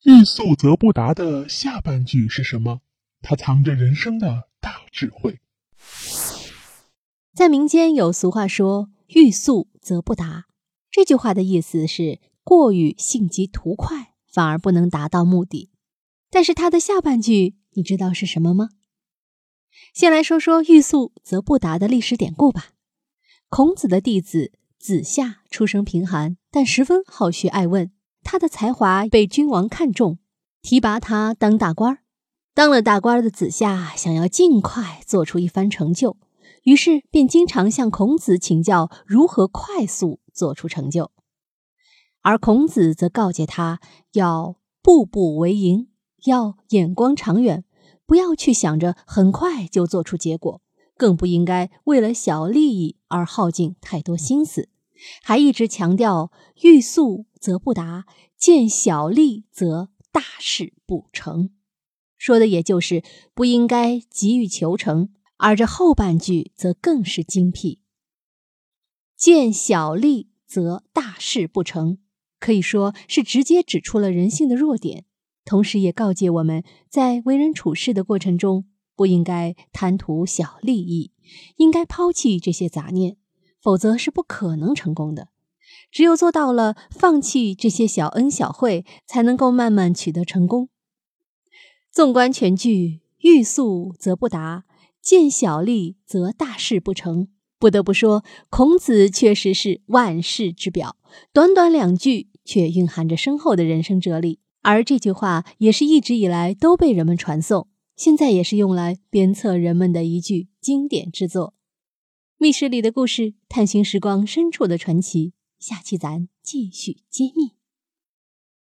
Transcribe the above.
欲速则不达的下半句是什么？它藏着人生的大智慧。 在民间有俗话说欲速则不达，这句话的意思是过于性急图快，反而不能达到目的。但是它的下半句你知道是什么吗？先来说说欲速则不达的历史典故吧。孔子的弟子子夏出身贫寒，但十分好学爱问，他的才华被君王看中，提拔他当大官。当了大官的子夏想要尽快做出一番成就，于是便经常向孔子请教如何快速做出成就。而孔子则告诫他要步步为营，要眼光长远，不要去想着很快就做出结果，更不应该为了小利益而耗尽太多心思，还一直强调欲速则不达，见小利则大事不成，说的也就是不应该急于求成。而这后半句则更是精辟，见小利则大事不成，可以说是直接指出了人性的弱点，同时也告诫我们在为人处事的过程中，不应该贪图小利益，应该抛弃这些杂念，否则是不可能成功的。只有做到了放弃这些小恩小惠，才能够慢慢取得成功。纵观全句，欲速则不达，见小利则大事不成，不得不说孔子确实是万世之表，短短2句却蕴含着深厚的人生哲理。而这句话也是一直以来都被人们传颂，现在也是用来鞭策人们的一句经典之作。密室里的故事，探寻时光深处的传奇，下期咱继续揭秘。